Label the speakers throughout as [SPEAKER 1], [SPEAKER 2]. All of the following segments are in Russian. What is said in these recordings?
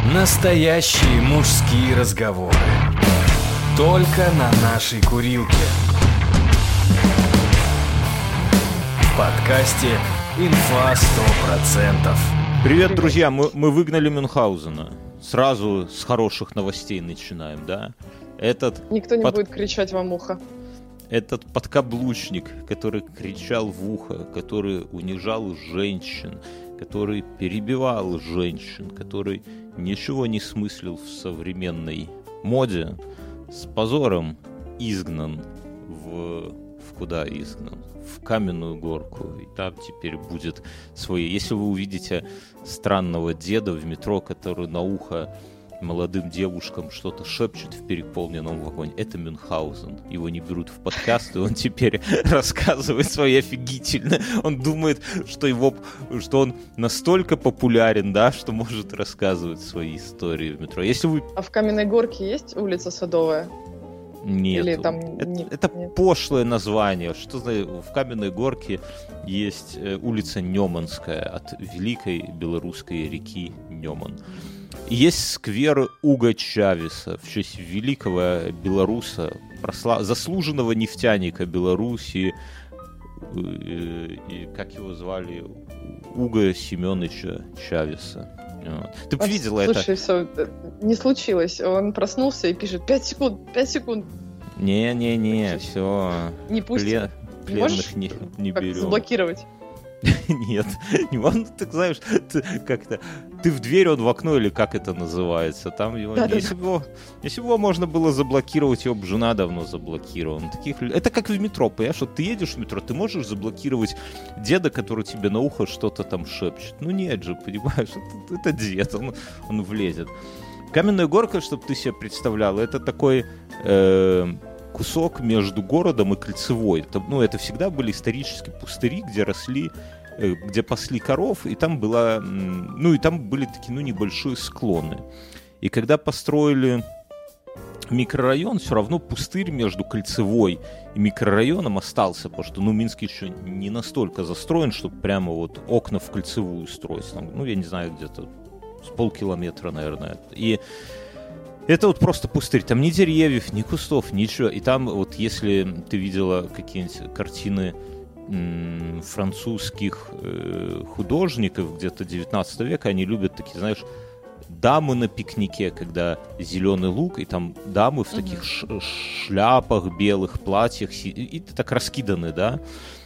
[SPEAKER 1] Настоящие мужские разговоры. Только на нашей курилке. В подкасте «Инфа 100%».
[SPEAKER 2] Привет, друзья! Мы выгнали Мюнхгаузена. Сразу с хороших новостей начинаем, да?
[SPEAKER 3] Никто не будет кричать вам в ухо.
[SPEAKER 2] Этот подкаблучник, который кричал в ухо, который унижал женщин, который перебивал женщин, который ничего не смыслил в современной моде, с позором изгнан в куда изгнан? В Каменную Горку. И там теперь будет свои. Если вы увидите странного деда в метро, который на ухо молодым девушкам что-то шепчет в переполненном вагоне, это Мюнхгаузен. Его не берут в подкаст, и он теперь рассказывает свои офигительно. Он думает, что он настолько популярен, да, что может рассказывать свои истории в метро. Если вы...
[SPEAKER 3] А в Каменной Горке есть улица Садовая?
[SPEAKER 2] Нет, это
[SPEAKER 3] нет.
[SPEAKER 2] Пошлое название. Что в Каменной Горке есть улица Неманская от великой белорусской реки Неман. Есть сквер Уго Чавеса в честь великого белоруса, заслуженного нефтяника Беларуси, и как его звали, Уго Семеновича Чавеса. Вот. Ты бы видела это?
[SPEAKER 3] Слушай, все, не случилось. Он проснулся и пишет 5 секунд.
[SPEAKER 2] Не, все.
[SPEAKER 3] Не пустим.
[SPEAKER 2] Пленных не берем.
[SPEAKER 3] Заблокировать?
[SPEAKER 2] Нет, не можно, так знаешь, ты в дверь, он в окно, или как это называется, там его...
[SPEAKER 3] Да.
[SPEAKER 2] Если бы его можно было заблокировать, его бы жена давно заблокировала. Это как в метро, понимаешь, вот ты едешь в метро, ты можешь заблокировать деда, который тебе на ухо что-то там шепчет. Ну нет же, понимаешь, это дед, он влезет. Каменная Горка, чтобы ты себе представлял, это такой... кусок между городом и Кольцевой. Это всегда были исторические пустыри, где пасли коров, и там были такие, небольшие склоны. И когда построили микрорайон, все равно пустырь между Кольцевой и микрорайоном остался, потому что, Минск еще не настолько застроен, чтобы прямо вот окна в Кольцевую строить. Там, я не знаю, где-то с полкилометра, наверное. И это вот просто пустырь, там ни деревьев, ни кустов, ничего. И там вот если ты видела какие-нибудь картины французских художников где-то 19 века, они любят такие, знаешь, дамы на пикнике, когда зеленый лук, и там дамы в таких шляпах, белых платьях, и так раскиданы, да?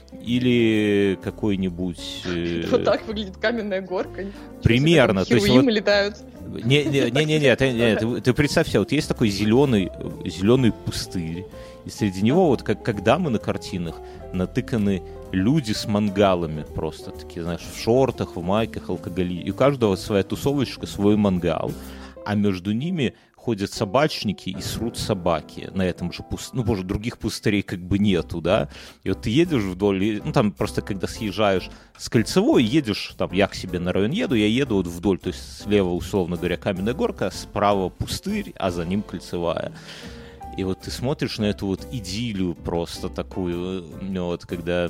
[SPEAKER 2] Или какой-нибудь...
[SPEAKER 3] Вот так выглядит Каменная Горка.
[SPEAKER 2] Примерно.
[SPEAKER 3] То есть летают.
[SPEAKER 2] Не, ты представь себе, вот есть такой зеленый пустырь, и среди него, вот как дамы на картинах, натыканы люди с мангалами просто, такие, знаешь, в шортах, в майках, алкоголи. И у каждого своя тусовочка, свой мангал, а между ними ходят собачники и срут собаки на этом же других пустырей как бы нету, да, и вот ты едешь вдоль, там просто когда съезжаешь с Кольцевой, едешь, там, я к себе на район еду, я еду вот вдоль, то есть слева, условно говоря, Каменная Горка, справа пустырь, а за ним Кольцевая. И вот ты смотришь на эту вот идиллию просто такую, вот, когда...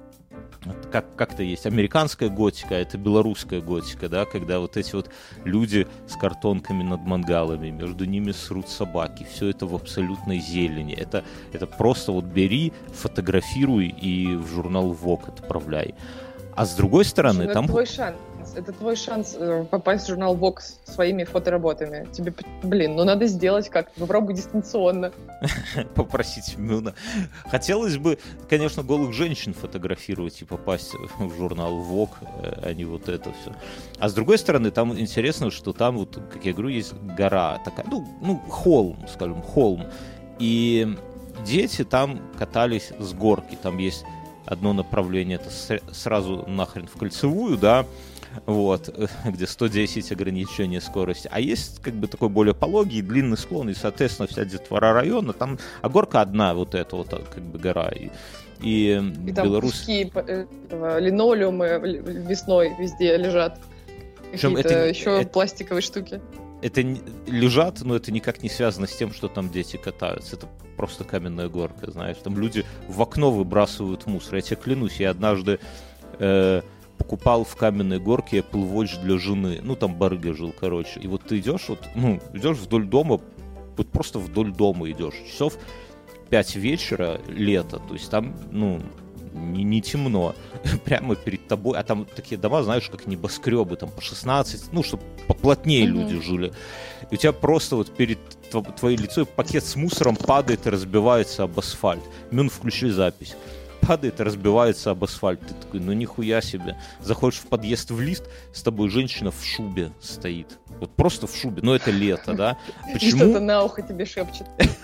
[SPEAKER 2] Как-то есть американская готика, это белорусская готика, да, когда вот эти вот люди с картонками над мангалами, между ними срут собаки, все это в абсолютной зелени. Это просто вот бери, фотографируй и в журнал Vogue отправляй. А с другой стороны,
[SPEAKER 3] это
[SPEAKER 2] там...
[SPEAKER 3] Это твой шанс попасть в журнал Vogue своими фотоработами. Тебе, надо сделать как-то. Попробуй дистанционно.
[SPEAKER 2] Попросить Мюна. Хотелось бы, конечно, голых женщин фотографировать и попасть в журнал Vogue, а не вот это все. А с другой стороны, там интересно, что там, вот, как я говорю, есть гора такая, холм, скажем, холм. И дети там катались с горки. Там есть одно направление, это сразу нахрен в Кольцевую, да, вот, где 110 ограничения скорости. А есть как бы такой более пологий, длинный склон, и, соответственно, вся детвора района, там, а горка одна, вот эта вот как бы гора. И
[SPEAKER 3] там куски линолеумы весной везде лежат. Какие-то еще пластиковые штуки.
[SPEAKER 2] Это лежат, но это никак не связано с тем, что там дети катаются. Это просто Каменная Горка, знаешь. Там люди в окно выбрасывают мусор. Я тебе клянусь, я однажды покупал в Каменной Горке Apple Watch для жены. Ну, там барыга жил, короче. И вот ты идешь, вот, ну, идешь вдоль дома, вот просто вдоль дома идешь. Часов 5 вечера, лето, то есть там, ну, не темно. Прямо перед тобой, а там такие дома, знаешь, как небоскребы, там по 16, ну, чтобы поплотнее люди жили. И у тебя просто вот перед твоей лицом пакет с мусором падает и разбивается об асфальт. Мюн, включи запись. Падает и разбивается об асфальт. Ты такой, ну нихуя себе. Заходишь в подъезд, в лифт, с тобой женщина в шубе стоит. Вот просто в шубе. Но это лето, да? Почему?
[SPEAKER 3] Что-то на ухо тебе шепчет.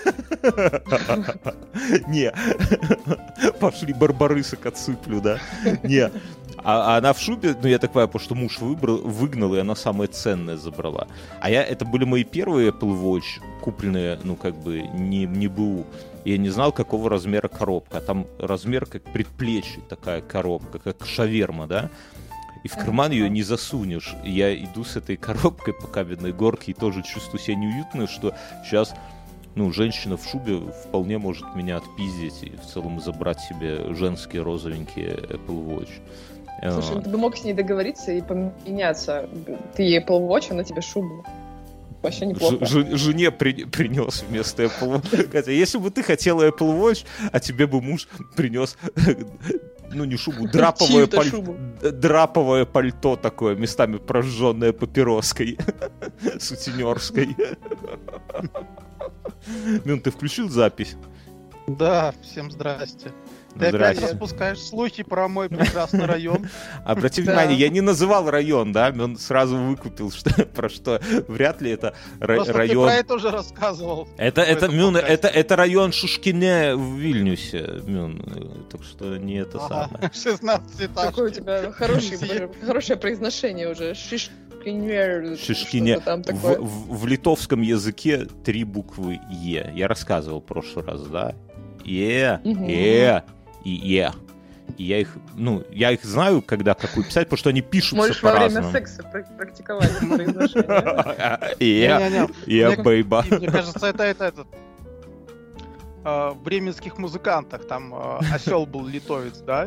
[SPEAKER 2] Не. Пошли барбарысок отсыплю, да? Не. А она в шубе, ну, я так понимаю, потому что муж выгнал, и она самое ценное забрала. Это были мои первые Apple Watch, купленные, ну, как бы, не БУ. Я не знал, какого размера коробка. Там размер как предплечье, такая коробка, как шаверма, да? И в карман ее не засунешь. Я иду с этой коробкой по Каменной Горке и тоже чувствую себя неуютно, что сейчас, ну, женщина в шубе вполне может меня отпиздить и в целом забрать себе женские розовенькие Apple Watch.
[SPEAKER 3] Слушай, ты бы мог с ней договориться и поменяться. Ты ей Apple Watch, она тебе шубу. Вообще неплохо.
[SPEAKER 2] Жене принес вместо Apple Watch. Хотя, если бы ты хотела Apple Watch, а тебе бы муж принес, ну, не шубу, драповое пальто такое, местами прожженное папироской, сутенерской. Мин, ты включил запись?
[SPEAKER 4] Да, всем здрасте. Ты опять распускаешь слухи про мой прекрасный район.
[SPEAKER 2] Обрати внимание, я не называл район, да? Он сразу выкупил, про что вряд ли это район.
[SPEAKER 4] Ты про это уже рассказывал.
[SPEAKER 2] Это район Шишкине в Вильнюсе, Мюн. Так что не это самое.
[SPEAKER 4] 16 этаж.
[SPEAKER 3] Какое у тебя хорошее произношение уже. Шишкине.
[SPEAKER 2] В литовском языке 3 буквы Е. Я рассказывал в прошлый раз, да? Е. И Е. И я их знаю, когда какую писать, потому что они пишутся
[SPEAKER 3] можешь
[SPEAKER 2] по-разному.
[SPEAKER 3] Можешь во время секса практиковать произношение.
[SPEAKER 2] Е, бейба.
[SPEAKER 4] Мне кажется, это этот в бременских музыкантах, там осел был литовец, да?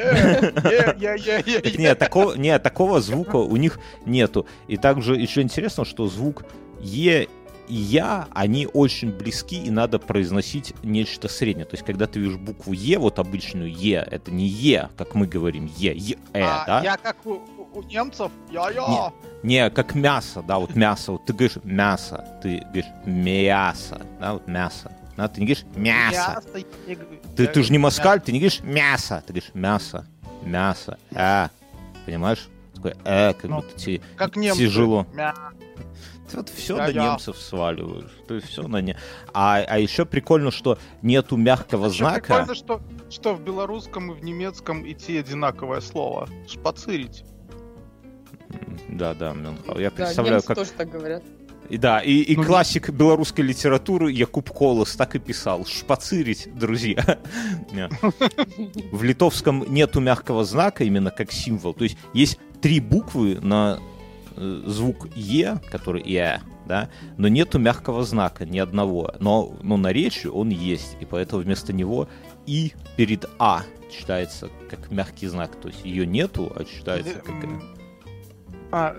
[SPEAKER 2] Нет, такого звука у них нету. И также еще интересно, что звук Е и Я, они очень близки, и надо произносить нечто среднее. То есть, когда ты видишь букву Е, вот обычную Е, это не Е, как мы говорим, Е, да?
[SPEAKER 4] Я как у немцев, я.
[SPEAKER 2] Не, как мясо, да, вот мясо. Вот ты говоришь мясо, ты говоришь мясо, да, вот мясо. Да, ты не говоришь мясо. Ты же не москаль, ты не говоришь мясо, ты говоришь мясо, понимаешь? Такое как будто тебе тяжело. Ты вот все на немцев сваливаешь. То есть все на не. А еще прикольно, что нету мягкого знака.
[SPEAKER 4] Прикольно, что в белорусском и в немецком идти одинаковое слово. Шпацирить.
[SPEAKER 2] Да, я представляю,
[SPEAKER 3] немцы тоже так говорят.
[SPEAKER 2] И классик белорусской литературы Якуб Колос так и писал. Шпацирить, друзья. В литовском нету мягкого знака именно как символ. То есть есть 3 буквы на звук Е, который Е, да, но нету мягкого знака ни одного. Но на речи он есть, и поэтому вместо него И перед А читается как мягкий знак. То есть ее нету, а читается как...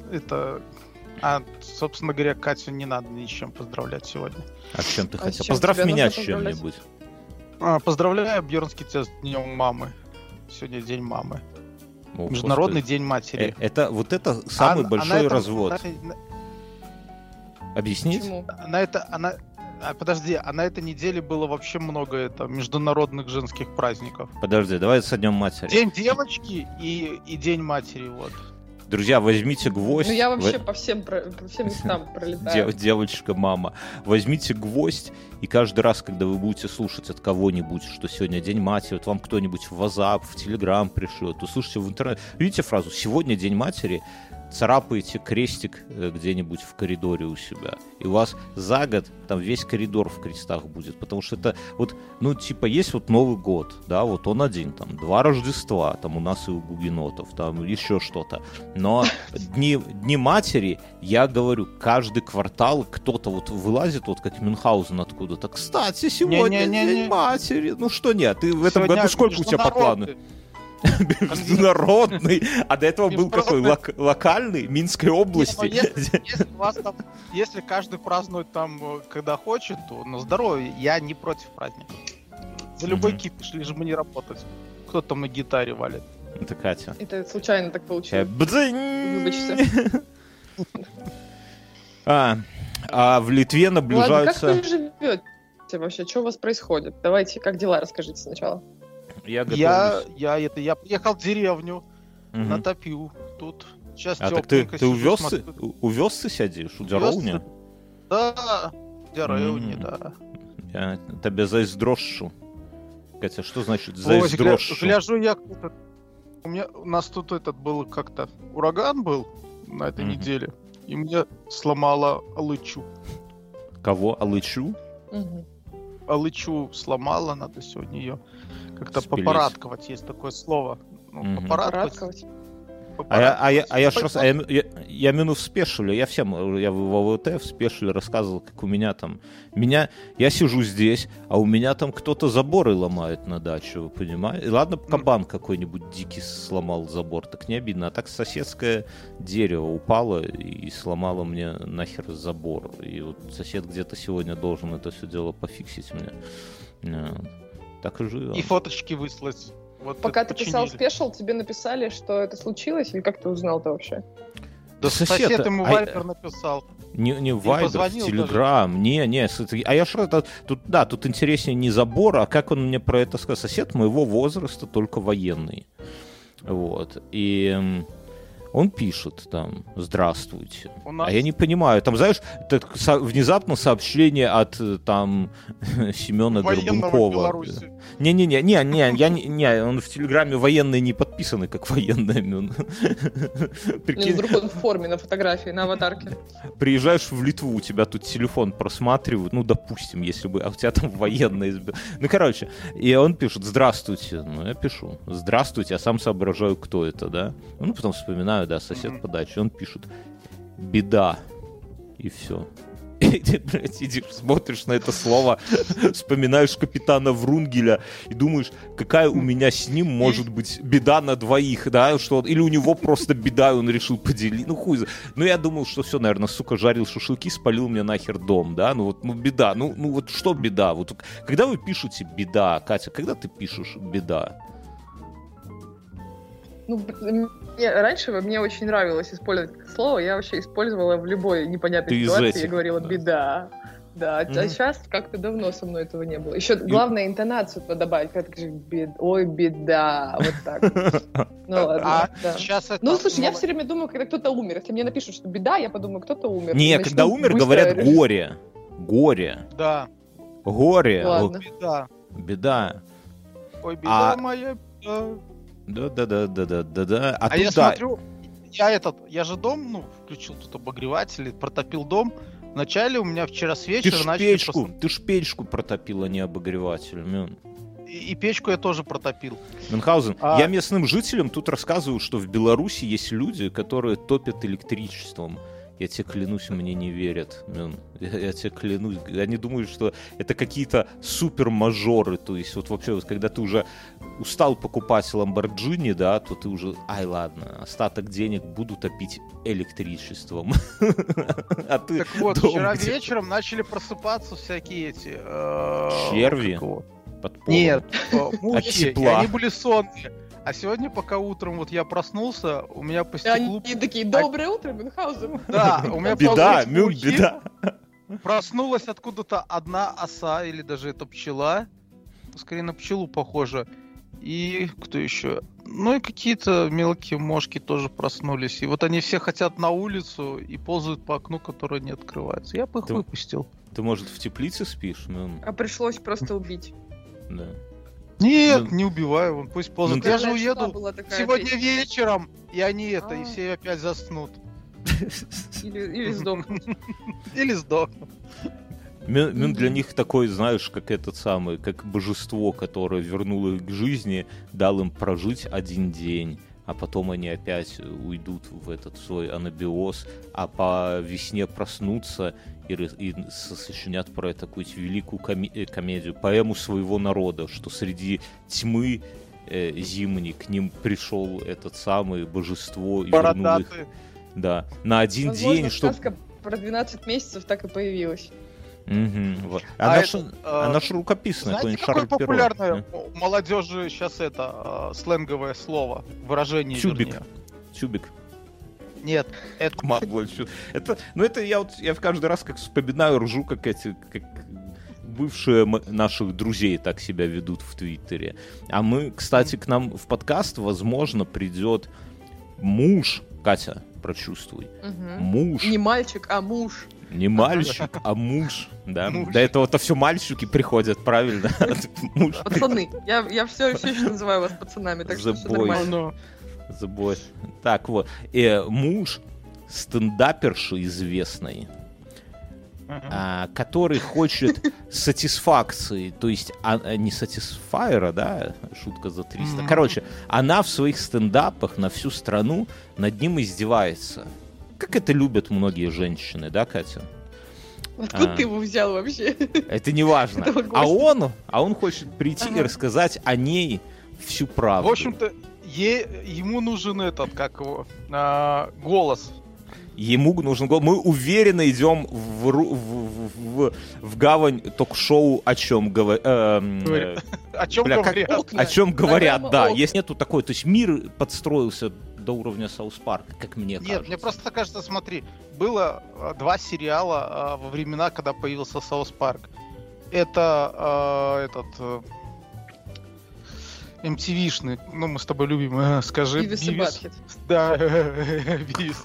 [SPEAKER 4] собственно говоря, Катю не надо ни с чем поздравлять сегодня.
[SPEAKER 2] А с чем ты хотел? Поздравь меня с чем-нибудь.
[SPEAKER 4] Поздравляю, Бьернский, тебя с Днем мамы. Сегодня День мамы. Международный день матери.
[SPEAKER 2] Это самый большой развод. Объяснить?
[SPEAKER 4] Подожди, а на этой неделе было вообще много международных женских праздников.
[SPEAKER 2] Подожди, давай со Днем матери.
[SPEAKER 4] День девочки и День матери, вот.
[SPEAKER 2] Друзья, возьмите гвоздь.
[SPEAKER 3] Ну я вообще по всем местам пролетаю.
[SPEAKER 2] Девочка, мама. Возьмите гвоздь, и каждый раз, когда вы будете слушать от кого-нибудь, что сегодня День матери, вот вам кто-нибудь в WhatsApp, в Telegram пришлет, то слушайте в интернете. Видите фразу «Сегодня День матери», царапаете крестик где-нибудь в коридоре у себя. И у вас за год там весь коридор в крестах будет. Потому что это вот, есть вот Новый год, да, вот он один, там, 2 Рождества, там у нас и у гугенотов, там еще что-то. Но дни матери, я говорю, каждый квартал кто-то вот вылазит, вот как Мюнхгаузен откуда-то. Кстати, сегодня День матери. Ну что нет, ты в этом году сколько у тебя по плану? Международный. А до этого был какой? Локальный? Минской области?
[SPEAKER 4] Если каждый празднует там, когда хочет, то на здоровье. Я не против праздника. За любой кипиш, лишь бы не работать. Кто там на гитаре валит?
[SPEAKER 2] Это Катя.
[SPEAKER 3] Это случайно так получилось. Выбачься.
[SPEAKER 2] А в Литве наблюдаются...
[SPEAKER 3] Ладно, как вы живете вообще? Что у вас происходит? Давайте, как дела, расскажите сначала.
[SPEAKER 4] Я приехал в деревню, натопил тут. Сейчас
[SPEAKER 2] так ты увёзся сядешь у деревни?
[SPEAKER 4] Да, деревни, да.
[SPEAKER 2] Я тебе зайздрошу. Катя, что значит зайздрошу?
[SPEAKER 4] Гляжу я... У нас тут был как-то ураган был на этой неделе, и мне сломало алычу.
[SPEAKER 2] Кого? Алычу?
[SPEAKER 4] Алычу сломала, надо сегодня ее как-то попарадковать, есть такое слово. Попарадковать.
[SPEAKER 2] Я мину в спешиле, я в ОВТ в спешиле рассказывал, как у меня там, я сижу здесь, а у меня там кто-то заборы ломает на даче, вы понимаете? Ладно, кабан какой-нибудь дикий сломал забор, так не обидно, а так соседское дерево упало и сломало мне нахер забор, и вот сосед где-то сегодня должен это все дело пофиксить мне. Так и живем.
[SPEAKER 4] И фоточки выслать. Вот
[SPEAKER 3] пока ты писал спешл, тебе написали, что это случилось, или как ты узнал-то вообще?
[SPEAKER 4] Да сосед ему Вайбер написал.
[SPEAKER 2] Не Вайбер, в Телеграм, не. А я что это... Тут интереснее не забор, а как он мне про это сказал. Сосед моего возраста, только военный. Вот. И... Он пишет там «Здравствуйте». А я не понимаю. Там, знаешь, внезапно сообщение от там Семена Горбункова. Не, он в Телеграме военные не подписаны, как военные.
[SPEAKER 3] Вдруг он в форме на фотографии, на аватарке.
[SPEAKER 2] Приезжаешь в Литву, у тебя тут телефон просматривают, ну, допустим, если бы, а у тебя там военные. Ну, короче, и он пишет «Здравствуйте». Ну, я пишу «Здравствуйте», а сам соображаю, кто это, да? Ну, потом вспоминаю, да, сосед по даче, он пишет «беда», и все. И ты, блядь, идешь, смотришь на это слово, вспоминаешь капитана Врунгеля и думаешь, какая у меня с ним может быть беда на двоих, да, что или у него просто беда, и он решил поделить, ну хуй. Ну я думал, что все, наверное, сука, жарил шашлыки, спалил мне нахер дом, да, ну вот, ну беда, ну вот что беда, вот когда вы пишете беда, Катя, когда ты пишешь беда?
[SPEAKER 3] Ну, раньше мне очень нравилось использовать это слово, я вообще использовала в любой непонятной ситуации, я говорила «беда». Да, а сейчас как-то давно со мной этого не было. Еще главное интонацию туда добавить, когда ты говоришь «ой, беда», вот так. Ну ладно, да. Ну, слушай, я все время думаю, когда кто-то умер. Если мне напишут, что беда, я подумаю, кто-то умер.
[SPEAKER 2] Не, когда умер, говорят «горе». Горе.
[SPEAKER 4] Да.
[SPEAKER 2] Горе.
[SPEAKER 3] Ладно.
[SPEAKER 2] Беда.
[SPEAKER 4] Ой, беда моя, беда.
[SPEAKER 2] Да.
[SPEAKER 4] А я смотрю, я же дом, включил тут обогреватель, протопил дом. Вначале у меня вчера с вечера начали...
[SPEAKER 2] Ты ж печку протопил, а не обогреватель, Мюн.
[SPEAKER 4] И печку я тоже протопил.
[SPEAKER 2] Мюнхгаузен, я местным жителям тут рассказываю, что в Беларуси есть люди, которые топят электричеством. Я тебе клянусь, мне не верят. Я тебе клянусь. Они думают, что это какие-то супер-мажоры. То есть вот вообще, вот, когда ты уже устал покупать Ламборджини, да, то ты уже, ладно, остаток денег буду топить электричеством.
[SPEAKER 4] Так вот, вчера вечером начали просыпаться всякие эти...
[SPEAKER 2] черви?
[SPEAKER 4] Нет, мухи. Они были сонные. А сегодня, пока утром вот я проснулся, у меня по стеклу...
[SPEAKER 3] Они такие, доброе утро, Мюнхгаузен.
[SPEAKER 4] Да, у меня
[SPEAKER 2] беда, Мюн, беда.
[SPEAKER 4] Проснулась откуда-то одна оса, или даже это пчела. Скорее на пчелу похоже. И кто еще? Ну и какие-то мелкие мошки тоже проснулись. И вот они все хотят на улицу и ползают по окну, которое не открывается. Я бы их выпустил.
[SPEAKER 2] Ты, может, в теплице спишь?
[SPEAKER 3] А пришлось просто убить.
[SPEAKER 2] Да.
[SPEAKER 4] Нет, не убиваю, он пусть ползает. Я же уеду сегодня вечером, и они и все опять заснут.
[SPEAKER 3] Или сдохнут.
[SPEAKER 4] Или сдохнут.
[SPEAKER 2] Мюн для них такой, знаешь, как этот самый, как божество, которое вернуло их к жизни, дал им прожить один день, а потом они опять уйдут в этот свой анабиоз, а по весне проснутся и сочинят про это какую-то великую комедию, поэму своего народа, что среди тьмы зимний, к ним пришел этот самый божество и вернул их. Да, на один день, чтобы...
[SPEAKER 3] сказка про 12 месяцев так и появилась.
[SPEAKER 2] Вот. Она ж рукописная.
[SPEAKER 4] Знаете, какое популярное у молодежи сейчас это сленговое слово, выражение?
[SPEAKER 2] Тюбик.
[SPEAKER 4] Вернее.
[SPEAKER 2] Тюбик.
[SPEAKER 4] Нет, это...
[SPEAKER 2] Это я в каждый раз как вспоминаю, ржу, как бывшие наших друзей так себя ведут в Твиттере. А мы, кстати, к нам в подкаст, возможно, придет муж, Катя, прочувствуй. Муж.
[SPEAKER 3] Не мальчик, а муж.
[SPEAKER 2] Не мальчик, а муж. Да? До этого-то все мальчики приходят, правильно? Муж.
[SPEAKER 3] Пацаны. Я все еще называю вас пацанами, так что все нормально.
[SPEAKER 2] Забой. Так вот. Муж стендаперши известной, который хочет сатисфакции, то есть не сатисфайера, да, шутка за 300. Короче, она в своих стендапах на всю страну над ним издевается. Как это любят многие женщины, да, Катя?
[SPEAKER 3] Откуда ты его взял вообще?
[SPEAKER 2] Это не важно. А он хочет прийти и рассказать о ней всю правду.
[SPEAKER 4] В общем-то, ему нужен голос.
[SPEAKER 2] Ему нужен голос. Мы уверенно идем в гавань ток-шоу «О чем говорят».
[SPEAKER 4] О
[SPEAKER 2] чем говорят, да. Есть нету такой, то есть мир подстроился до уровня Саус Парка, как мне кажется.
[SPEAKER 4] Нет, мне просто кажется, смотри, было 2 сериала во времена, когда появился Саус Парк. Это MTV-шный, ну мы с тобой любим, скажи.
[SPEAKER 3] Бивис и Батхед.
[SPEAKER 4] Да, Бивис.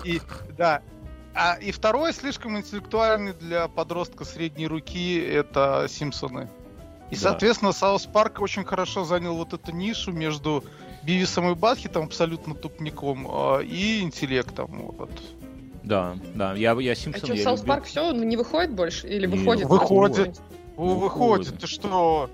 [SPEAKER 4] И второй, слишком интеллектуальный для подростка средней руки, это Симпсоны. И, соответственно, Саус Парк очень хорошо занял вот эту нишу между Бивисом и Батхедом, абсолютно тупником, и интеллектом. Вот.
[SPEAKER 2] Да, я Симпсон.
[SPEAKER 3] А что, Саус Парк все, он не выходит больше? Или выходит?
[SPEAKER 4] Выходит, ты что?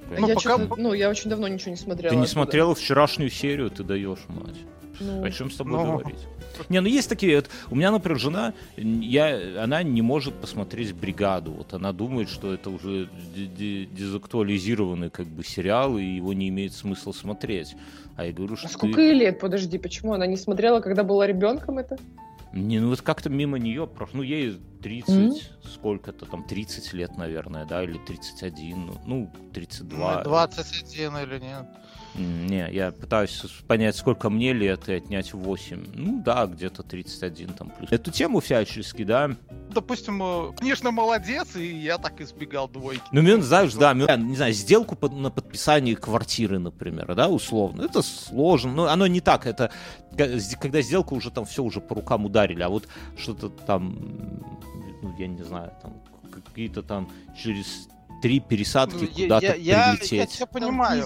[SPEAKER 3] Я очень давно ничего не смотрела.
[SPEAKER 2] Ты не смотрела вчерашнюю серию, ты даешь, мать. О чем с тобой говорить? Есть такие... У меня, например, жена, она не может посмотреть «Бригаду». Вот она думает, что это уже дезактуализированный сериал, и его не имеет смысла смотреть. А я говорю, что
[SPEAKER 3] сколько ей лет? Подожди, почему? Она не смотрела, когда была ребенком это?
[SPEAKER 2] Вот как-то мимо нее прошло. Ей 30, сколько-то там, 30 лет, наверное, да, или 31, 32.
[SPEAKER 4] 21 или нет?
[SPEAKER 2] Не, я пытаюсь понять, сколько мне лет, и отнять 8. Где-то 31 там плюс. Эту тему всячески, да.
[SPEAKER 4] Допустим, конечно, молодец, и я так избегал двойки.
[SPEAKER 2] Знаешь, не знаю, сделку на подписание квартиры, например, да, условно. Это сложно, оно не так, это когда сделка уже там все уже по рукам ударили, а вот что-то там, я не знаю, там какие-то там через 3 пересадки куда-то прилететь. Я
[SPEAKER 4] тебя понимаю.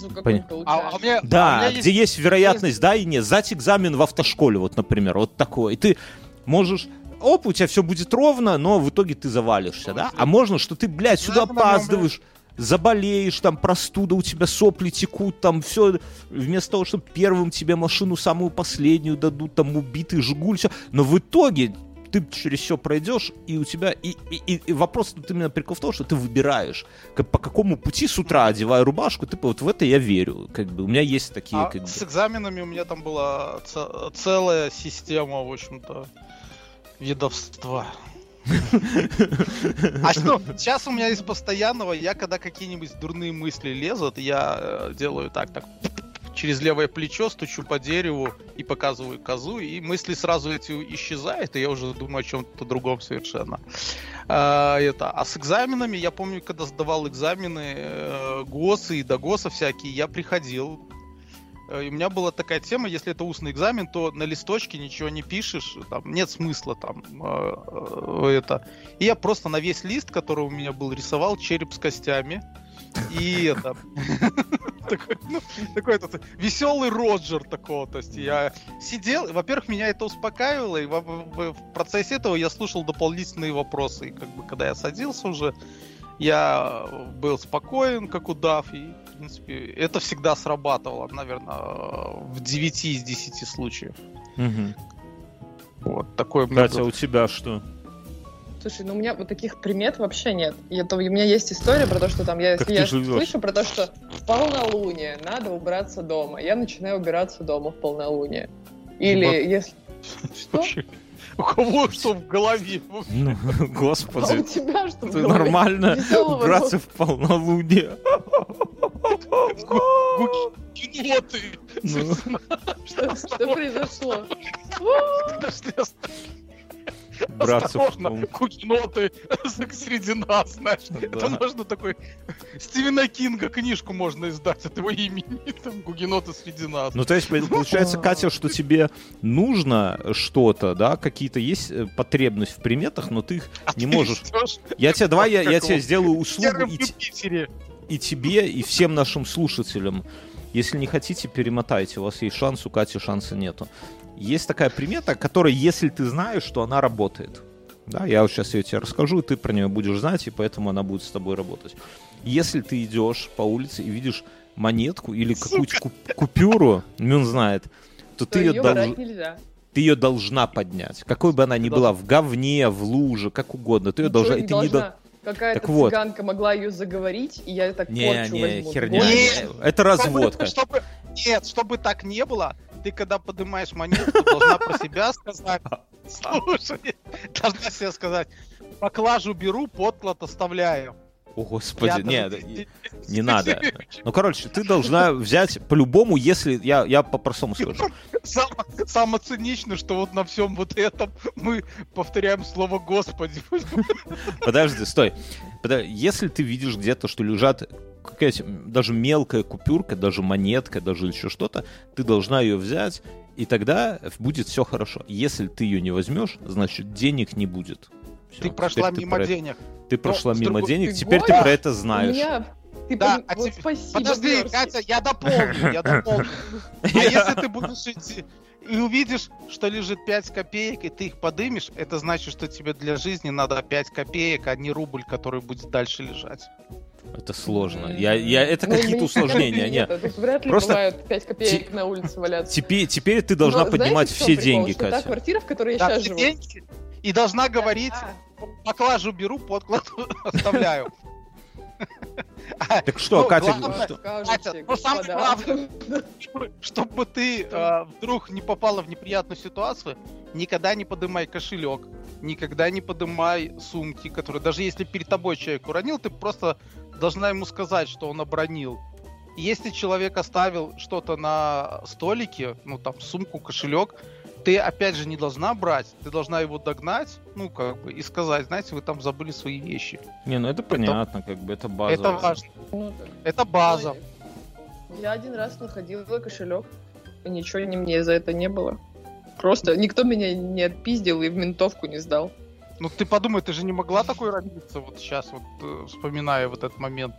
[SPEAKER 2] Где есть вероятность, да и нет. Сдать экзамен в автошколе, вот, например, вот такое. И ты можешь... у тебя все будет ровно, но в итоге ты завалишься, да? А можно, что ты, сюда опаздываешь, заболеешь, там, простуда, у тебя сопли текут, там, все, вместо того, чтобы первым тебе машину самую последнюю дадут, там, убитый «Жигуль», все. Но в итоге ты через все пройдешь, и у тебя... И вопрос тут именно прикол в том, что ты выбираешь, по какому пути с утра одеваю рубашку, вот в это я верю. У меня есть такие...
[SPEAKER 4] С экзаменами у меня там была целая система, в общем-то, ведовства. А что, сейчас у меня из постоянного, я когда какие-нибудь дурные мысли лезут, я делаю так, через левое плечо стучу по дереву и показываю козу, и мысли сразу эти исчезают, и я уже думаю о чем-то другом совершенно. А с экзаменами, я помню, когда сдавал экзамены, ГОСы и ДОГОСа всякие, я приходил. И у меня была такая тема, если это устный экзамен, то на листочке ничего не пишешь, там нет смысла там это. И я просто на весь лист, который у меня был, рисовал череп с костями. И это... Такой этот веселый Роджер такого. То есть я сидел, во-первых, меня это успокаивало, и в процессе этого я слушал дополнительные вопросы. И когда я садился уже, я был спокоен, как удав, и, в принципе, это всегда срабатывало, наверное, в 9 из 10 случаев. Вот такой.
[SPEAKER 2] Катя, у тебя что?
[SPEAKER 3] Слушай, у меня вот таких примет вообще нет. У меня есть история про то, что там я слышу про то, что полнолуние, надо убраться дома. Я начинаю убираться дома в полнолуние. Или если... Что?
[SPEAKER 4] У кого что в голове?
[SPEAKER 2] Ну, господи.
[SPEAKER 3] А у тебя что в
[SPEAKER 2] Это
[SPEAKER 3] голове?
[SPEAKER 2] нормально
[SPEAKER 3] Веселого
[SPEAKER 2] убраться в полнолуние.
[SPEAKER 4] Гугеноты!
[SPEAKER 3] Что произошло?
[SPEAKER 2] Браться в
[SPEAKER 4] Осторожно,
[SPEAKER 2] полнолуние.
[SPEAKER 4] гугеноты среди нас, знаешь. Это можно такой... Стивена Кинга книжку можно издать от его имени. Там гугеноты среди нас.
[SPEAKER 2] Ну, то есть, получается, Катя, что тебе нужно что-то, да, какие-то есть потребность в приметах, но ты их не можешь. Я тебе сделаю услугу и тебе, и всем нашим слушателям. Если не хотите, перемотайте. У вас есть шанс, у Кати шанса нету. Есть такая примета, которая, если ты знаешь, что она работает. Да, я вот сейчас ее тебе расскажу, и ты про нее будешь знать, и поэтому она будет с тобой работать. Если ты идешь по улице и видишь монетку или какую-то купюру, он знает, то ты ее должна поднять. Какой бы она ни была, в говне, в луже, как угодно. Ты ее должна...
[SPEAKER 3] И ты не должна. Какая-то цыганка могла ее заговорить, и я так порчу возьму.
[SPEAKER 2] Херня. Это разводка.
[SPEAKER 4] Нет, чтобы так не было, ты когда поднимаешь монету, ты должна про себя сказать. Слушай, должна себе сказать: поклажу беру, подклад оставляю.
[SPEAKER 2] О, господи, не надо. Ну, короче, ты должна взять по-любому, если... Я по-простому скажу.
[SPEAKER 4] Самое циничное, что вот на всем вот этом мы повторяем слово «Господи».
[SPEAKER 2] Подожди, стой. Если ты видишь где-то, что лежат какая-то даже мелкая купюрка, даже монетка, даже еще что-то, ты должна ее взять, и тогда будет все хорошо. Если ты ее не возьмешь, значит, денег не будет. Всё,
[SPEAKER 4] ты прошла мимо денег.
[SPEAKER 2] Ты прошла мимо денег, теперь ты про это знаешь.
[SPEAKER 4] Да,
[SPEAKER 3] спасибо.
[SPEAKER 4] Подожди, Катя, я дополню. А если ты будешь идти и увидишь, что лежит 5 копеек, и ты их подымешь, это значит, что тебе для жизни надо 5 копеек, а не рубль, который будет дальше лежать.
[SPEAKER 2] Это сложно. Это какие-то усложнения. Нет.
[SPEAKER 3] Вряд ли бывают 5 копеек на улице валяться.
[SPEAKER 2] Теперь ты должна поднимать все деньги, Катя.
[SPEAKER 3] Та квартира, в которой я сейчас живу.
[SPEAKER 4] И должна говорить: поклажу беру, подклад оставляю.
[SPEAKER 2] Так что, Катя,
[SPEAKER 4] самое главное, чтобы ты вдруг не попала в неприятную ситуацию, никогда не поднимай кошелек, никогда не поднимай сумки, которые, даже если перед тобой человек уронил, ты просто должна ему сказать, что он обронил. И если человек оставил что-то на столике, ну там сумку, кошелек, ты опять же не должна брать, ты должна его догнать, ну как бы, и сказать: знаете, вы там забыли свои вещи.
[SPEAKER 2] Не, ну это понятно, как бы это база.
[SPEAKER 4] Это важно. Это база.
[SPEAKER 3] Я один раз находила кошелек, и ничего мне за это не было. Просто никто меня не отпиздил и в ментовку не сдал.
[SPEAKER 4] Ну ты подумай, ты же не могла такой родиться вот сейчас, вот вспоминая вот этот момент.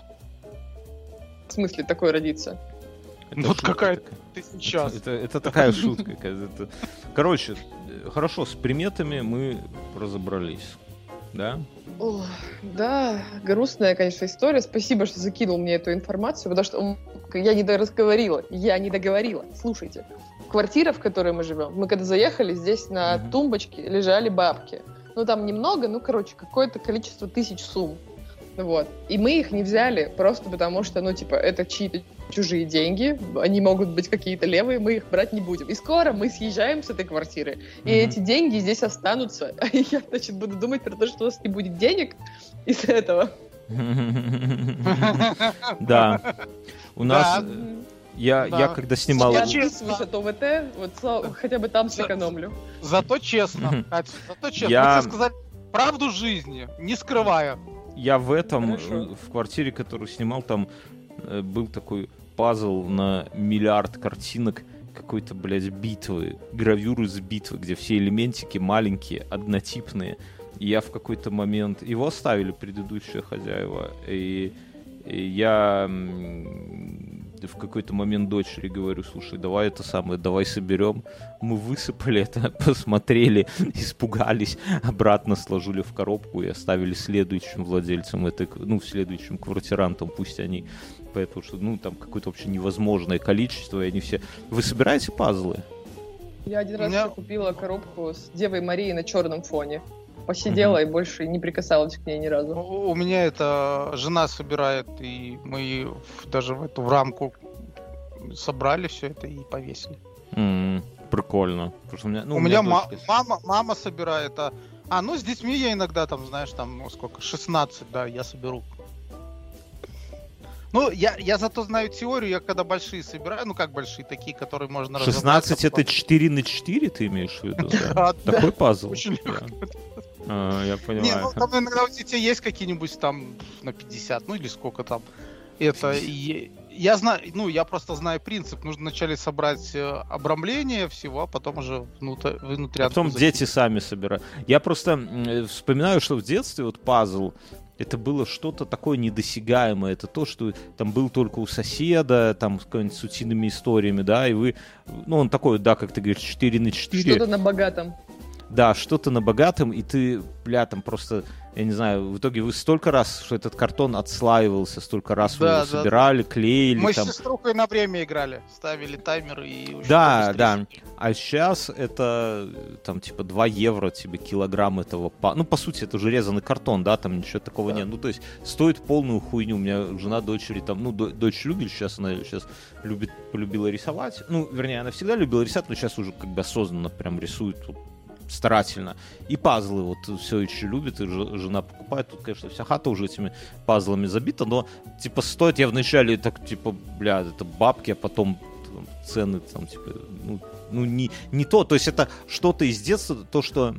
[SPEAKER 3] В смысле такой родиться?
[SPEAKER 2] Это
[SPEAKER 4] вот какая-то ты сейчас.
[SPEAKER 2] Это такая шутка. Короче, хорошо, с приметами мы разобрались. Да?
[SPEAKER 3] Ох, да, грустная, конечно, история. Спасибо, что закинул мне эту информацию, потому что я не договорила. Слушайте, квартира, в которой мы живем, мы когда заехали, здесь на тумбочке лежали бабки. Ну, там немного, какое-то количество тысяч сумм. Вот. И мы их не взяли просто потому, что, это чьи-то чужие деньги, они могут быть какие-то левые, мы их брать не будем. И скоро мы съезжаем с этой квартиры, и эти деньги здесь останутся. А я, буду думать про то, что у нас не будет денег из-за этого.
[SPEAKER 2] Да. У нас... Я когда снимал...
[SPEAKER 3] Я отписываюсь от ОВТ, вот хотя бы там сэкономлю.
[SPEAKER 4] Зато честно, Катя, я сказать правду жизни, не скрывая.
[SPEAKER 2] Я в квартире, которую снимал, там был такой пазл на миллиард картинок какой-то, битвы, гравюры с битвы, где все элементики маленькие, однотипные. И я в какой-то момент... Его оставили предыдущие хозяева, и я в какой-то момент дочери говорю: слушай, давай давай соберем. Мы высыпали это, посмотрели, испугались, обратно сложили в коробку и оставили следующим владельцам следующим квартирантам, пусть они, потому что, там какое-то вообще невозможное количество, и они все... Вы собираете пазлы?
[SPEAKER 3] Я один раз купила коробку с Девой Марией на черном фоне. посидела и больше не прикасалась к ней ни разу.
[SPEAKER 4] У меня это жена собирает, и мы даже в рамку собрали все это и повесили.
[SPEAKER 2] Прикольно.
[SPEAKER 4] У меня мама собирает, ну с детьми я иногда там, знаешь, там сколько, 16, да, я соберу. Ну, я зато знаю теорию, я когда большие собираю, ну как большие, такие, которые можно разобрать.
[SPEAKER 2] 16 это 4x4 ты имеешь в виду? Такой пазл?
[SPEAKER 4] Очень легко.
[SPEAKER 2] Я понимаю.
[SPEAKER 4] Не, ну там иногда у детей есть какие-нибудь там на 50, ну или сколько там. Это я знаю, ну я просто знаю принцип. Нужно вначале собрать обрамление всего, а потом уже внутрь.
[SPEAKER 2] А потом дети сами собирают. Я просто вспоминаю, что в детстве вот пазл это было что-то такое недосягаемое. Это то, что там был только у соседа, там с какими-нибудь с утиными историями, да, и вы, ну, он такой, да, как ты говоришь, 4x4.
[SPEAKER 3] Что-то на богатом.
[SPEAKER 2] Да, что-то на богатом, и ты, там просто, я не знаю, в итоге вы столько раз, что этот картон отслаивался, столько раз вы его собирали, клеили.
[SPEAKER 4] Мы с сеструхой на время играли, ставили таймер и...
[SPEAKER 2] Да. А сейчас это, там, типа, 2 евро тебе килограмм этого... Ну, по сути, это уже резанный картон, да, там ничего такого нет. Ну, то есть, стоит полную хуйню. У меня жена дочери там, ну, дочь любит, она сейчас полюбила рисовать. Ну, вернее, она всегда любила рисовать, но сейчас уже как бы осознанно прям рисует старательно. И пазлы вот все еще любит, и жена покупает. Тут, конечно, вся хата уже этими пазлами забита, но, типа, стоит я вначале так, типа, это бабки, а потом цены, там, типа, не то. То есть это что-то из детства, то, что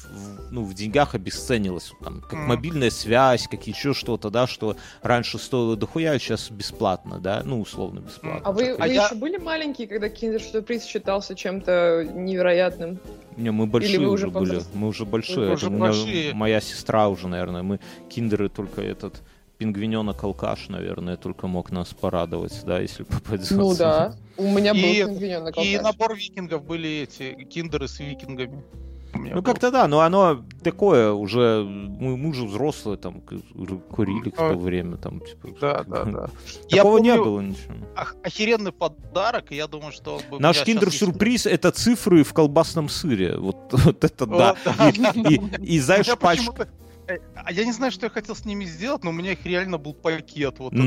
[SPEAKER 2] в деньгах обесценилось. Там, как мобильная связь, как еще что-то, да, что раньше стоило дохуя, а сейчас бесплатно, да, ну, условно бесплатно.
[SPEAKER 3] А вы еще были маленькие, когда киндер-сюрприз считался чем-то невероятным?
[SPEAKER 2] Не, мы большие
[SPEAKER 3] вы
[SPEAKER 2] уже были. Мы уже большие.
[SPEAKER 4] Уже большие.
[SPEAKER 2] Моя сестра уже, наверное. Мы киндеры только этот пингвиненок-алкаш, наверное, только мог нас порадовать, да, если попадется.
[SPEAKER 3] Ну да. У меня был пингвиненок-алкаш.
[SPEAKER 4] И набор викингов были эти киндеры с викингами.
[SPEAKER 2] Ну как-то да, но оно такое уже, мы же взрослые, там, курили в то время, там, типа.
[SPEAKER 4] Да.
[SPEAKER 2] Такого не было ничего.
[SPEAKER 4] Охеренный подарок, и я думаю, что...
[SPEAKER 2] Наш киндер-сюрприз — это цифры в колбасном сыре, вот это да. И знаешь, пачка...
[SPEAKER 4] Я не знаю, что я хотел с ними сделать, но у меня их реально был пакет. Вот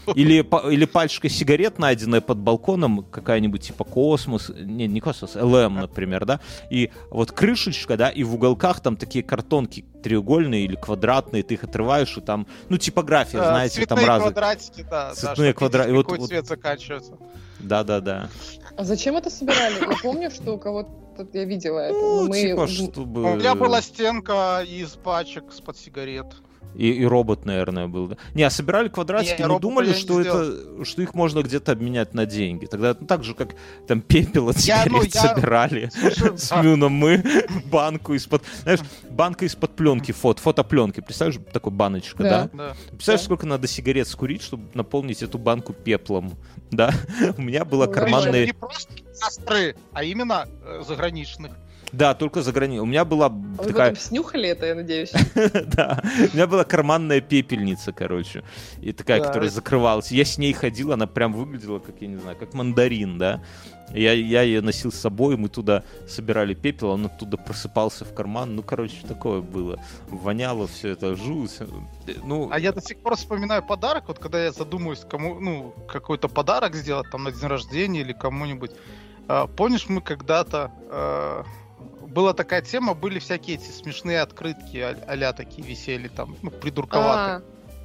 [SPEAKER 2] или пачка сигарет, найденная под балконом, какая-нибудь типа Космос, не Космос, ЛМ, например, да, и вот крышечка, да, и в уголках там такие картонки треугольные или квадратные, ты их отрываешь, и там, ну, типография, знаете, там разные.
[SPEAKER 4] Квадратики, да.
[SPEAKER 2] Цветные квадратики.
[SPEAKER 4] Какой цвет заканчивается.
[SPEAKER 2] Да.
[SPEAKER 3] А зачем это собирали? Я помню, что у кого-то я видела это.
[SPEAKER 2] Ну, типа, чтобы...
[SPEAKER 4] У меня была стенка из пачек с-под сигарет.
[SPEAKER 2] И робот, наверное, был. Да? Не, а собирали квадратики, но думали, что их можно где-то обменять на деньги. Тогда так же, как там пепел от сигарет собирали. С Мюном мы банку из-под... Знаешь, банка из-под пленки, фотопленки. Представляешь, такой баночка, да? Представляешь, сколько надо сигарет скурить, чтобы наполнить эту банку пеплом, да? У меня была карманная...
[SPEAKER 4] Не просто астры, а именно заграничных.
[SPEAKER 2] Да, только за границей. У меня была такая...
[SPEAKER 3] Вы снюхали это, я надеюсь?
[SPEAKER 2] Да, у меня была карманная пепельница, короче. И такая, которая закрывалась. Я с ней ходил, она прям выглядела, как, я не знаю, как мандарин, да. Я ее носил с собой, мы туда собирали пепел, он оттуда просыпался в карман. Ну, короче, такое было. Воняло все это, жуть. Ну...
[SPEAKER 4] А я до сих пор вспоминаю подарок, вот когда я задумаюсь, кому, какой-то подарок сделать, там, на день рождения или кому-нибудь. Помнишь, мы когда-то... Была такая тема, были всякие эти смешные открытки а-ля такие висели там, придурковатые.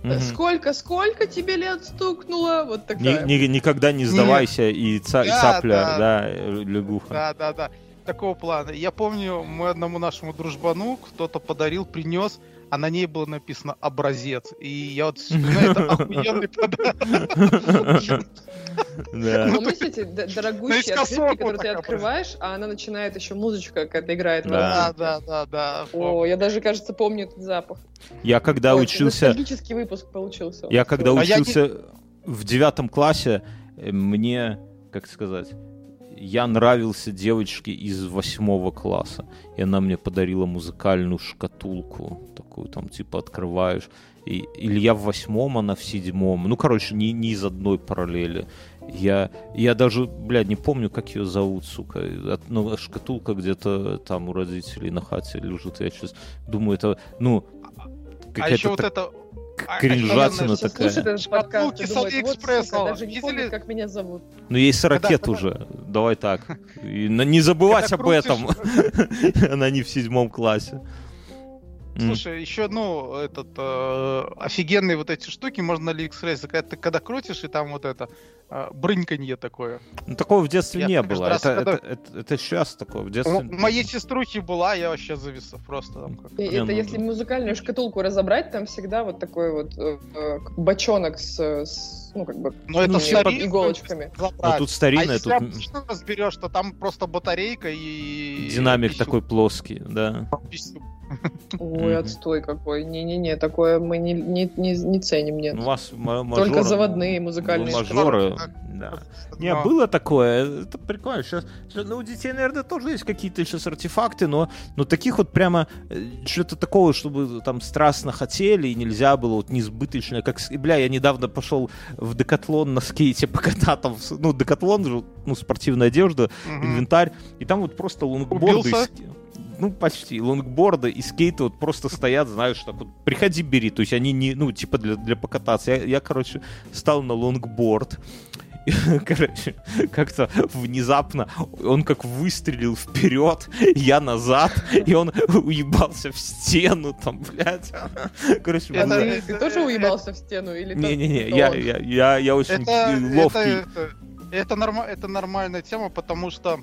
[SPEAKER 3] Сколько тебе лет стукнуло? Вот такая.
[SPEAKER 2] Никогда не сдавайся и цапля, да, лягуха.
[SPEAKER 4] Да. Такого плана. Я помню, мы одному нашему дружбану кто-то подарил, принес, а на ней было написано «образец». И я вот вспоминаю, это охуенный подарок.
[SPEAKER 3] Помните эти дорогущие открытки, которые ты открываешь, а она начинает еще музычка какая-то играет.
[SPEAKER 4] Да.
[SPEAKER 3] О, я даже, кажется, помню этот запах.
[SPEAKER 2] Я когда учился...
[SPEAKER 3] Ностальгический выпуск получился.
[SPEAKER 2] Я когда учился в 9 классе, мне, как сказать... Я нравился девочке из 8 класса, и она мне подарила музыкальную шкатулку, такую там, типа, открываешь, или я в 8, она в 7, ну, короче, не из одной параллели, Я даже, блядь, не помню, как ее зовут, сука. Ну, шкатулка где-то там у родителей на хате лежит. Я сейчас думаю, это, ну, какая-то...
[SPEAKER 4] А еще вот это...
[SPEAKER 2] Кринжатина такая.
[SPEAKER 3] Слушает этот подкаст и думает, вот, сука,
[SPEAKER 4] Алиэкспресс,
[SPEAKER 3] даже не помнит, как меня зовут.
[SPEAKER 2] Ну, ей 40 лет уже. Давай так. И не забывать об этом. Она не в 7 классе.
[SPEAKER 4] Слушай, еще, ну, офигенные вот эти штуки можно на Алиэкспрессе, когда крутишь, и там вот это брыньканье такое.
[SPEAKER 2] Ну, такого в детстве не было. Это сейчас такое. В детстве...
[SPEAKER 4] У моей сеструхи была, я вообще завис просто. Там, как...
[SPEAKER 3] Это если музыкальную шкатулку разобрать, там всегда вот такой вот бочонок с ну, как бы, иголочками.
[SPEAKER 2] Ну, тут старинная.
[SPEAKER 4] А если тут... разберешь, то там просто батарейка и...
[SPEAKER 2] Динамик такой плоский, да.
[SPEAKER 3] Ой, отстой какой. Не-не-не, такое мы не ценим, нет.
[SPEAKER 2] У вас
[SPEAKER 3] только заводные музыкальные
[SPEAKER 2] мажоры. Да. Не, было такое. Это прикольно. Сейчас, ну, у детей, наверное, тоже есть какие-то сейчас артефакты, но таких вот прямо что-то такого, чтобы там страстно хотели, и нельзя было вот несбыточно. Как, бля, я недавно пошел в Декатлон на скейте покатать. Ну, Декатлон же, ну, спортивная одежда, инвентарь, и там вот просто лонгборды. Ну, почти. Лонгборды и скейты вот просто стоят, знаешь, так вот, приходи, бери. То есть они не, ну, типа для покататься. Я, короче, стал на лонгборд. Короче, как-то внезапно он как выстрелил вперед, я назад, и он уебался в стену, там, блядь. Короче,
[SPEAKER 3] ты тоже уебался в стену?
[SPEAKER 2] Не-не-не, я очень ловкий.
[SPEAKER 4] Это нормальная тема, потому что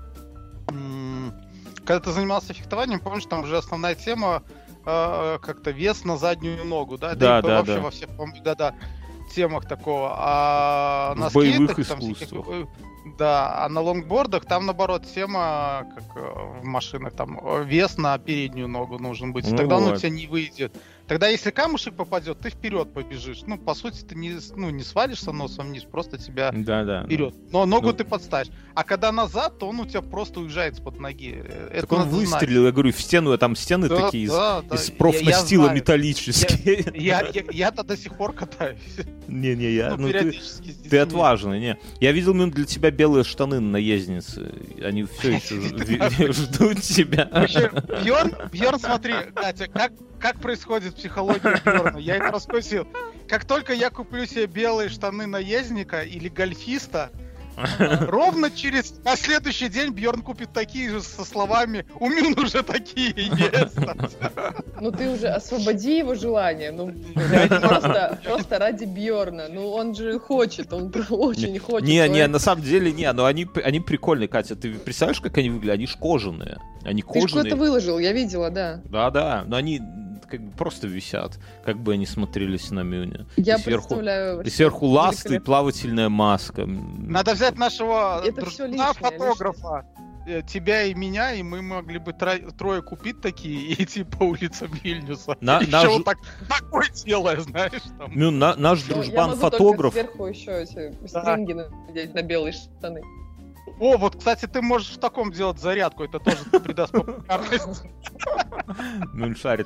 [SPEAKER 4] когда ты занимался фехтованием, помнишь, там же основная тема как-то вес на заднюю ногу, да?
[SPEAKER 2] Да,
[SPEAKER 4] это вообще во всех темах такого. А на
[SPEAKER 2] боевых
[SPEAKER 4] скейтах,
[SPEAKER 2] искусствах.
[SPEAKER 4] Да, а на лонгбордах там, наоборот, тема, как в машинах, там вес на переднюю ногу должен быть. Тогда он у тебя не выйдет. Тогда, если камушек попадет, ты вперед побежишь. Ну, по сути, ты не свалишься носом вниз, просто тебя вперед. Но ногу ты подставишь. А когда назад, то он у тебя просто уезжает с-под ноги.
[SPEAKER 2] Так это он выстрелил, знать. Я говорю, в стену, там стены такие из профнастила металлические.
[SPEAKER 4] Я-то до сих пор катаюсь.
[SPEAKER 2] Не-не, я... Ну, ты отважный, не. Я видел для тебя белые штаны на наезднице. Они все еще ждут тебя.
[SPEAKER 4] Бьерн, смотри, Катя, как происходит психология Бьерна? Я это расспросил. Как только я куплю себе белые штаны наездника или гольфиста, ровно на следующий день Бьерн купит такие же со словами «У Мюн уже такие есть».
[SPEAKER 3] Ну ты уже освободи его желание. Ну просто ради Бьерна. Ну он же хочет, он очень хочет.
[SPEAKER 2] Не, на самом деле не, но они прикольные, Катя. Ты представляешь, как они выглядят? Они ж кожаные. Они кожаные.
[SPEAKER 3] Ты что-то выложил, я видела, да.
[SPEAKER 2] Да, но они как бы просто висят, как бы они смотрелись на Мюне.
[SPEAKER 3] Я представляю.
[SPEAKER 2] И сверху ласты и плавательная маска.
[SPEAKER 4] Надо взять нашего фотографа, тебя и меня, и мы могли бы трое купить такие и идти по улицам Вильнюса. Еще вот такое дело, знаешь.
[SPEAKER 2] Мюн, наш дружбан-фотограф.
[SPEAKER 3] Сверху еще эти стринги надеть на белые штаны.
[SPEAKER 4] О, вот, кстати, ты можешь в таком делать зарядку, это тоже придаст популярность.
[SPEAKER 2] Мюн шарит.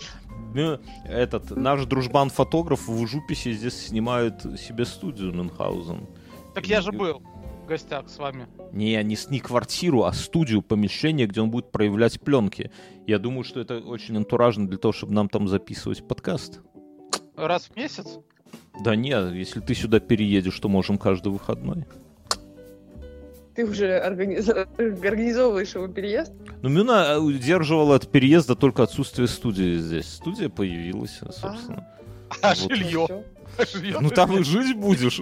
[SPEAKER 2] Наш дружбан-фотограф в Жуписе здесь снимает себе студию Мюнхгаузен.
[SPEAKER 4] Так я же был в гостях с вами.
[SPEAKER 2] Не квартиру, а студию, помещение, где он будет проявлять пленки. Я думаю, что это очень антуражно для того, чтобы нам там записывать подкаст.
[SPEAKER 4] Раз в месяц?
[SPEAKER 2] Да нет, если ты сюда переедешь, то можем каждый выходной.
[SPEAKER 3] Ты уже организовываешь его переезд?
[SPEAKER 2] Ну, Мюна удерживала от переезда только отсутствие студии здесь. Студия появилась, собственно.
[SPEAKER 4] А жилье?
[SPEAKER 2] Ну, там и жить будешь.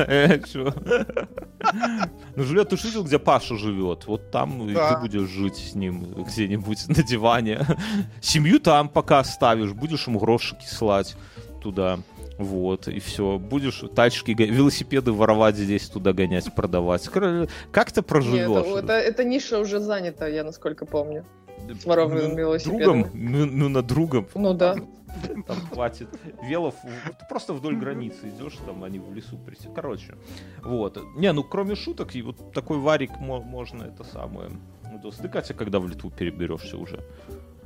[SPEAKER 2] Ну, жилье ты видел, где Паша живет. Вот там ты будешь жить с ним где-нибудь на диване. Семью там пока оставишь, будешь ему грошики слать туда. Вот, и все. Будешь тачки, велосипеды воровать здесь, туда гонять, продавать. Как ты проживешь?
[SPEAKER 3] Нет, эта ниша уже занята, я насколько помню. С ворованными велосипедами.
[SPEAKER 2] Другом? Другом?
[SPEAKER 3] Ну да.
[SPEAKER 2] Там хватит велов. Просто вдоль границы идешь, там они в лесу присели. Короче, вот. Не, ну кроме шуток, и вот такой варик можно это самое. Ты, Катя, когда в Литву переберешься уже?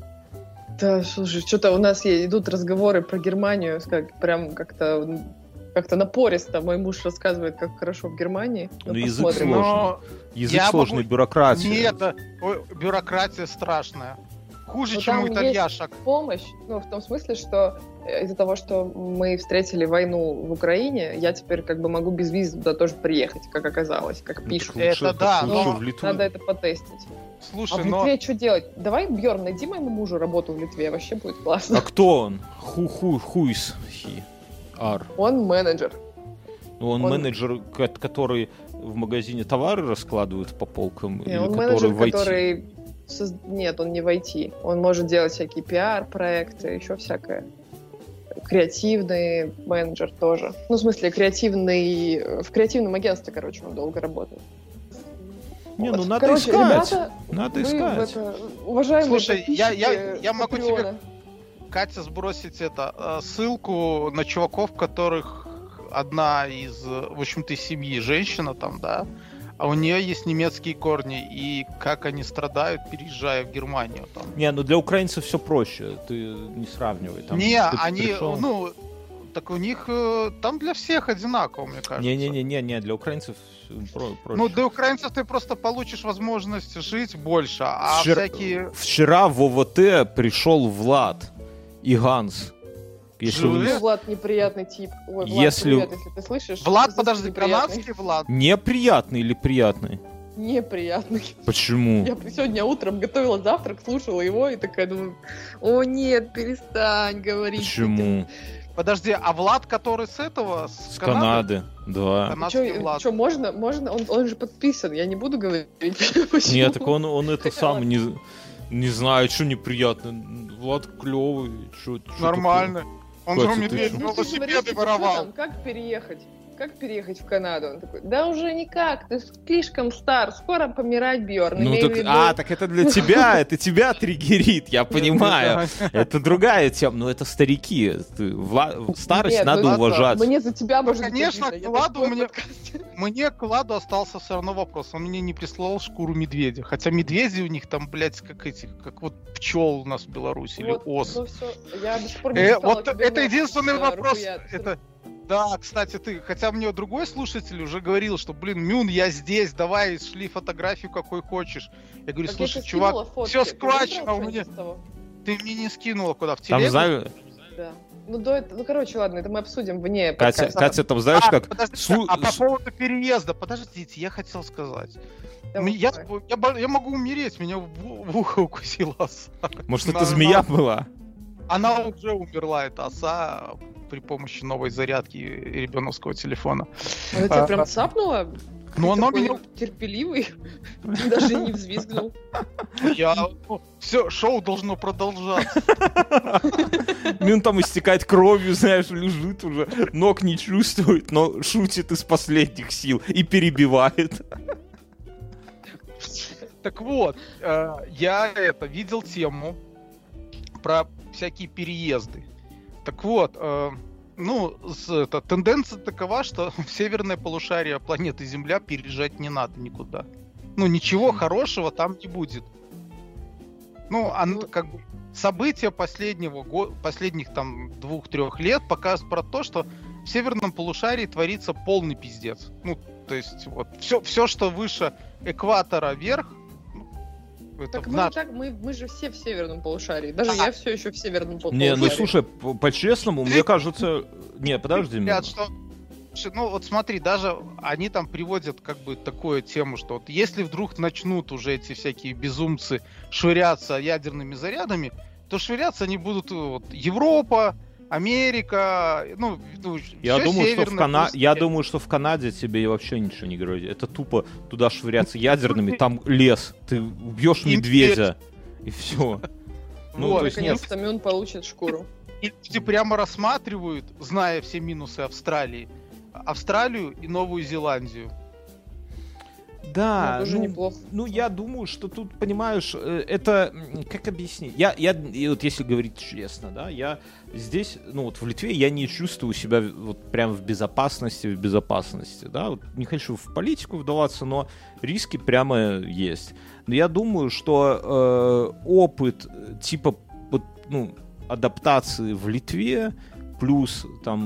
[SPEAKER 2] Да,
[SPEAKER 3] слушай, что-то у нас идут разговоры про Германию, прям как-то как-то напористо мой муж рассказывает, как хорошо в Германии.
[SPEAKER 2] Ну, язык сложный. Язык сложный, бюрократия.
[SPEAKER 4] Нет, бюрократия страшная. Хуже, чем у итальяшек.
[SPEAKER 3] Помощь, в том смысле, что из-за того, что мы встретили войну в Украине, я теперь как бы могу без виз туда тоже приехать, как оказалось, как пишут.
[SPEAKER 4] Это да,
[SPEAKER 3] но надо это потестить.
[SPEAKER 4] Слушай,
[SPEAKER 3] в Литве что делать? Давай, Бьорн, найди моему мужу работу в Литве, вообще будет классно.
[SPEAKER 2] А кто он? Who is he?
[SPEAKER 3] Он менеджер.
[SPEAKER 2] Он менеджер, который в магазине товары раскладывает по полкам?
[SPEAKER 3] Или он менеджер, который... Нет, он не в IT. Он может делать всякие пиар-проекты, еще всякое. Креативный менеджер тоже. Ну, в смысле, в креативном агентстве, короче, он долго работает.
[SPEAKER 2] Не, ну надо искать.
[SPEAKER 3] Ребята,
[SPEAKER 2] надо искать.
[SPEAKER 3] Уважаемые
[SPEAKER 4] Слушай, я могу
[SPEAKER 3] Патреона.
[SPEAKER 4] тебе, Катя, сбросить ссылку на чуваков, которых одна из, в общем-то, семьи женщина там, да, а у нее есть немецкие корни, и как они страдают, переезжая в Германию. Там.
[SPEAKER 2] Не, ну для украинцев все проще, ты не сравнивай. Там,
[SPEAKER 4] не, они, так у них там для всех одинаково, мне кажется.
[SPEAKER 2] Не, для украинцев проще.
[SPEAKER 4] Ну, для украинцев ты просто получишь возможность жить больше, а
[SPEAKER 2] Вчера в ОВТ пришел Влад и Ганс.
[SPEAKER 3] Влад неприятный тип. Ой, Влад, привет, если ты слышишь.
[SPEAKER 4] Влад, подожди, канадский Влад?
[SPEAKER 2] Неприятный или приятный?
[SPEAKER 3] Неприятный.
[SPEAKER 2] Почему?
[SPEAKER 3] Я сегодня утром готовила завтрак, слушала его и такая думаю, о нет, перестань говорить.
[SPEAKER 2] Почему?
[SPEAKER 4] Подожди, а Влад, который с этого?
[SPEAKER 2] С Канады, да.
[SPEAKER 3] Что, можно? Он же подписан, я не буду говорить. Почему?
[SPEAKER 2] Нет, так он это сам не знаю, что неприятно. Влад клевый.
[SPEAKER 4] Нормально. Он же у
[SPEAKER 2] Медведя
[SPEAKER 4] велосипеды воровал.
[SPEAKER 3] Как переехать в Канаду? Он такой, да уже никак, ты слишком стар, скоро помирать, Бьорн.
[SPEAKER 2] Ну так это для тебя, это тебя триггерит, я понимаю. Это другая тема, но это старики. Старость надо уважать.
[SPEAKER 3] Мне за тебя можно.
[SPEAKER 4] Конечно, мне к Владу остался все равно вопрос. Он мне не прислал шкуру медведя. Хотя медведи у них там, блядь, как вот пчел у нас в Беларуси или ос.
[SPEAKER 3] Я до сих пор не
[SPEAKER 4] вот это единственный вопрос. Да, кстати, хотя мне другой слушатель уже говорил, что, Мюн, я здесь, давай, шли фотографию какой хочешь. Я говорю, слушай, чувак, все схвачено у меня. Ты мне не скинула куда, в телегу?
[SPEAKER 2] Там, знаю...
[SPEAKER 3] Да. Короче, ладно, это мы обсудим вне
[SPEAKER 2] подкаста. Катя, там знаешь как...
[SPEAKER 4] по поводу переезда, подождите, я хотел сказать. Я могу умереть, меня в ухо укусила оса.
[SPEAKER 2] Может, это змея была?
[SPEAKER 4] Она уже умерла, эта оса, при помощи новой зарядки ребеновского телефона.
[SPEAKER 3] Она тебя прям цапнула?
[SPEAKER 4] Ну, она меня...
[SPEAKER 3] терпеливый, даже не взвизгнул.
[SPEAKER 4] Все, шоу должно продолжаться.
[SPEAKER 2] Мин там истекает кровью, знаешь, лежит уже, ног не чувствует, но шутит из последних сил и перебивает.
[SPEAKER 4] Так вот, я видел тему про всякие переезды. Так вот, тенденция такова, что в северное полушарие планеты Земля переезжать не надо никуда. Ничего хорошего там не будет. События последних там 2-3 лет показывают про то, что в северном полушарии творится полный пиздец. То есть вот все, что выше экватора вверх.
[SPEAKER 3] Мы же все в северном полушарии. Даже я все еще в северном полушарии.
[SPEAKER 2] Не, слушай, по-честному, мне кажется... Не, подожди.
[SPEAKER 4] Ребят, вот смотри, даже они там приводят такую тему, что вот если вдруг начнут уже эти всякие безумцы швыряться ядерными зарядами, то швыряться они будут Европа, Америка,
[SPEAKER 2] я думаю, что в Канаде тебе вообще ничего не грозит. Это тупо туда швыряться ядерными, там лес, ты убьешь медведя, и все.
[SPEAKER 3] Наконец-то Мюн получит шкуру.
[SPEAKER 4] И люди прямо рассматривают, зная все минусы Австралию и Новую Зеландию.
[SPEAKER 2] Да,
[SPEAKER 3] тоже неплохо.
[SPEAKER 2] Я думаю, что тут, понимаешь, это, как объяснить? Я вот если говорить честно, да, я здесь, в Литве я не чувствую себя вот прям в безопасности, да, вот не хочу в политику вдаваться, но риски прямо есть. Но я думаю, что опыт типа адаптации в Литве плюс там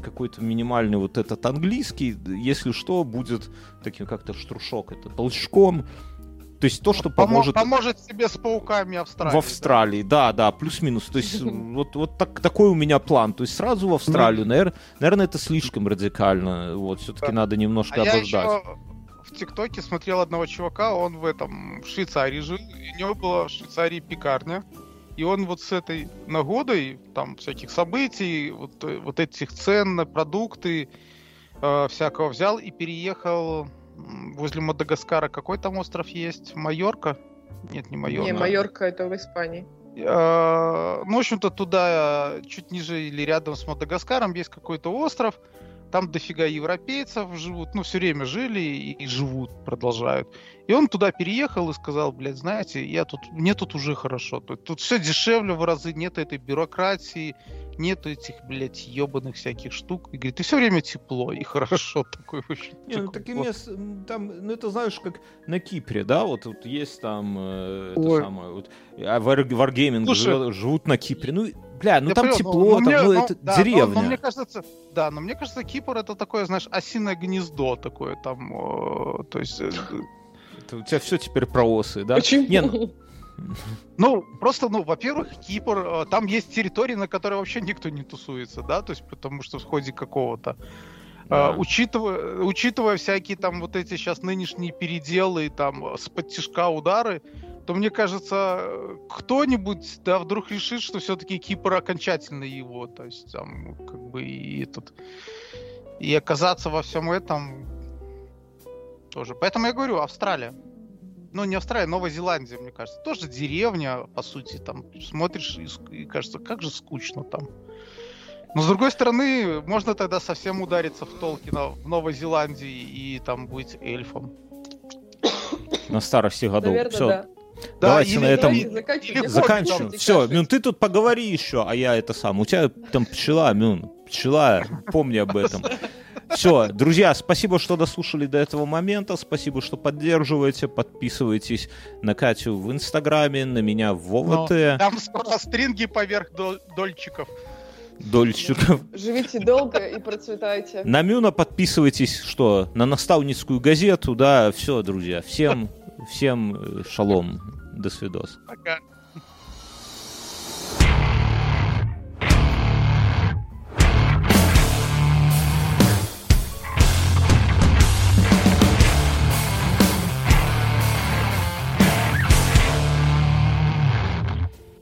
[SPEAKER 2] какой-то минимальный вот этот английский, если что, будет таким как-то штрушок, это толчком. То есть то, что поможет
[SPEAKER 4] себе с пауками Австралии.
[SPEAKER 2] В Австралии, да, плюс-минус. То есть вот такой у меня план. То есть сразу в Австралию, наверное, это слишком радикально. Вот, все-таки надо немножко обождать.
[SPEAKER 4] Я еще в ТикТоке смотрел одного чувака, он в Швейцарии жил, и у него была в Швейцарии пекарня. И он вот с этой нагодой, там, всяких событий, вот этих цен на продукты, всякого взял и переехал возле Мадагаскара. Какой там остров есть? Майорка? Нет, не Майорка.
[SPEAKER 3] Не, Майорка это в Испании.
[SPEAKER 4] Ну, в общем-то, туда, чуть ниже или рядом с Мадагаскаром, есть какой-то остров. Там дофига европейцев живут, все время жили и живут, продолжают. И он туда переехал и сказал, блядь, знаете, мне тут уже хорошо. Тут все дешевле в разы, нет этой бюрократии, нет этих, блядь, ебаных всяких штук. И говорит, и все время тепло и хорошо. Такой вообще.
[SPEAKER 2] Такие места, там, это знаешь, как на Кипре, да, вот есть там это самое, вот, Wargaming живут на Кипре. Там понял, тепло, это деревня.
[SPEAKER 4] Но мне кажется, Кипр это такое, знаешь, осиное гнездо такое там, то есть...
[SPEAKER 2] У тебя все теперь про осы, да?
[SPEAKER 3] Почему?
[SPEAKER 4] Просто, во-первых, Кипр, там есть территории, на которой вообще никто не тусуется, да, то есть потому что в ходе какого-то... Да. Учитывая всякие там вот эти сейчас нынешние переделы, там, с-под тишка удары, то, мне кажется, кто-нибудь, да, вдруг решит, что все-таки Кипр окончательно его, то есть там, как бы, и оказаться во всем этом тоже. Поэтому я говорю, Австралия. Не Австралия, Новая Зеландия, мне кажется. Тоже деревня, по сути, там, смотришь и кажется, как же скучно там. Но, с другой стороны, можно тогда совсем удариться в Толкина в Новой Зеландии и там быть эльфом.
[SPEAKER 2] На старости годов.
[SPEAKER 3] Наверное,
[SPEAKER 2] все.
[SPEAKER 3] да.
[SPEAKER 2] Давайте на этом
[SPEAKER 3] заканчиваем.
[SPEAKER 2] Все, Мюн, ты тут поговори еще, а я это сам. У тебя там пчела, Мюн. Пчела, помни об этом. Все, друзья, спасибо, что дослушали до этого момента. Спасибо, что поддерживаете. Подписывайтесь на Катю в Инстаграме, на меня в ОВТ.
[SPEAKER 4] Там скоро стринги поверх дольчиков.
[SPEAKER 3] Живите долго и процветайте.
[SPEAKER 2] На Мюна подписывайтесь, на наставницкую газету. Да, все, друзья. Всем шалом. До свидос.
[SPEAKER 4] Пока.